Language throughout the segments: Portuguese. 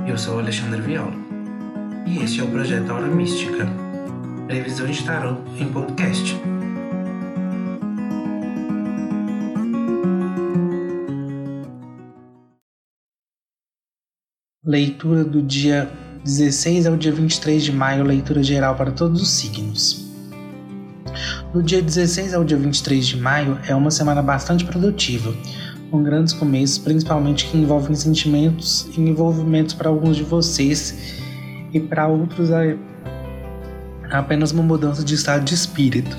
Eu sou o Alexandre Viola e este é o projeto Aura Mística, previsão de tarô em podcast. Leitura do dia 16 ao dia 23 de maio, leitura geral para todos os signos. Do dia 16 ao dia 23 de maio é uma semana bastante produtiva, com grandes começos, principalmente que envolvem sentimentos e envolvimentos para alguns de vocês e para outros é apenas uma mudança de estado de espírito.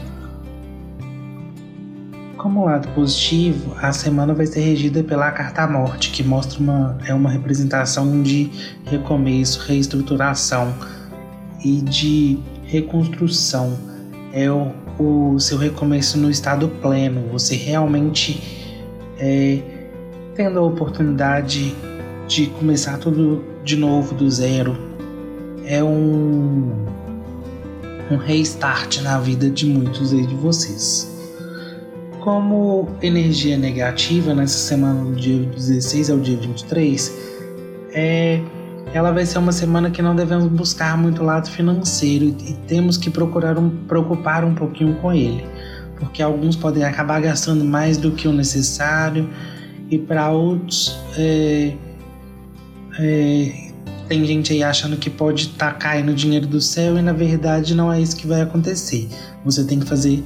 Como lado positivo, a semana vai ser regida pela Carta Morte, que mostra uma representação de recomeço, reestruturação e de reconstrução. É o seu recomeço no estado pleno, você realmente tendo a oportunidade de começar tudo de novo do zero. É um restart na vida de muitos aí de vocês. Como energia negativa nessa semana do dia 16 ao dia 23, ela vai ser uma semana que não devemos buscar muito lado financeiro e temos que preocupar um pouquinho com ele, porque alguns podem acabar gastando mais do que o necessário e para outros tem gente aí achando que pode estar caindo dinheiro do céu e na verdade não é isso que vai acontecer. Você tem que fazer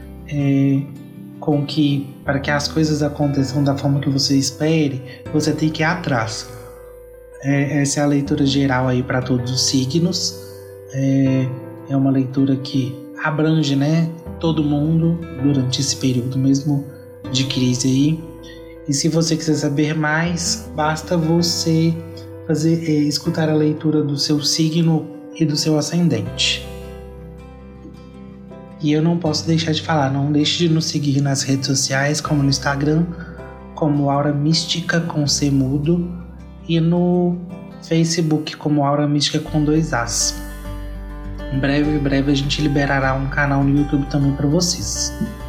para que as coisas aconteçam da forma que você espere, você tem que ir atrás. Essa é a leitura geral aí para todos os signos. É uma leitura que abrange, todo mundo durante esse período mesmo de crise aí. E se você quiser saber mais, basta você escutar a leitura do seu signo e do seu ascendente. E eu não posso deixar de falar, não deixe de nos seguir nas redes sociais, como no Instagram, como Aura Mística com C mudo, e no Facebook como Aura Mística com 2 As. Em breve a gente liberará um canal no YouTube também para vocês.